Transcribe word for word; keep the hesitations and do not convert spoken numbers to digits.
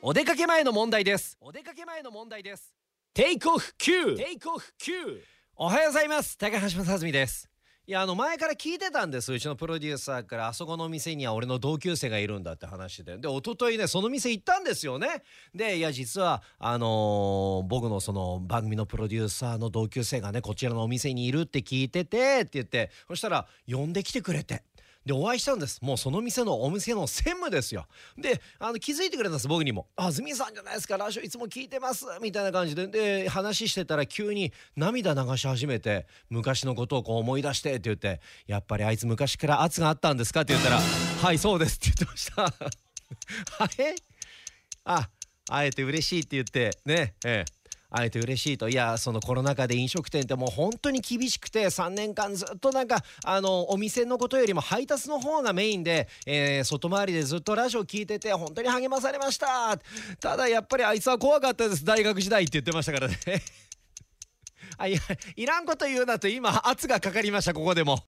お出かけ前の問題です。お出かけ前の問題です。テイクオフ Q。 テイクオフ Q。 おはようございます。高橋正澄です。いやあの前から聞いてたんです。うちのプロデューサーから、あそこのお店には俺の同級生がいるんだって話で、で一昨日ねその店行ったんですよね。でいや実はあのー、僕のその番組のプロデューサーの同級生がねこちらのお店にいるって聞いててって言って、そしたら呼んできてくれて、でお会いしたんです。もうその店のお店の専務ですよ。であの気づいてくれたんです。僕にも「あズミさんじゃないですか、ラジオいつも聞いてます」みたいな感じで、で話してたら急に涙流し始めて、昔のことをこう思い出してって言って、やっぱりあいつ昔から圧があったんですかって言ったらはいそうですって言ってましたあれあ会えて嬉しいって言ってね、ええ会えて嬉しいと。いやそのコロナ禍で飲食店ってもう本当に厳しくて、さんねんかんずっとなんかあのお店のことよりも配達の方がメインで、えー、外回りでずっとラジオ聞いてて本当に励まされました。ただやっぱりあいつは怖かったです、大学時代って言ってましたからねあいやいらんこと言うなと今圧がかかりました、ここでも。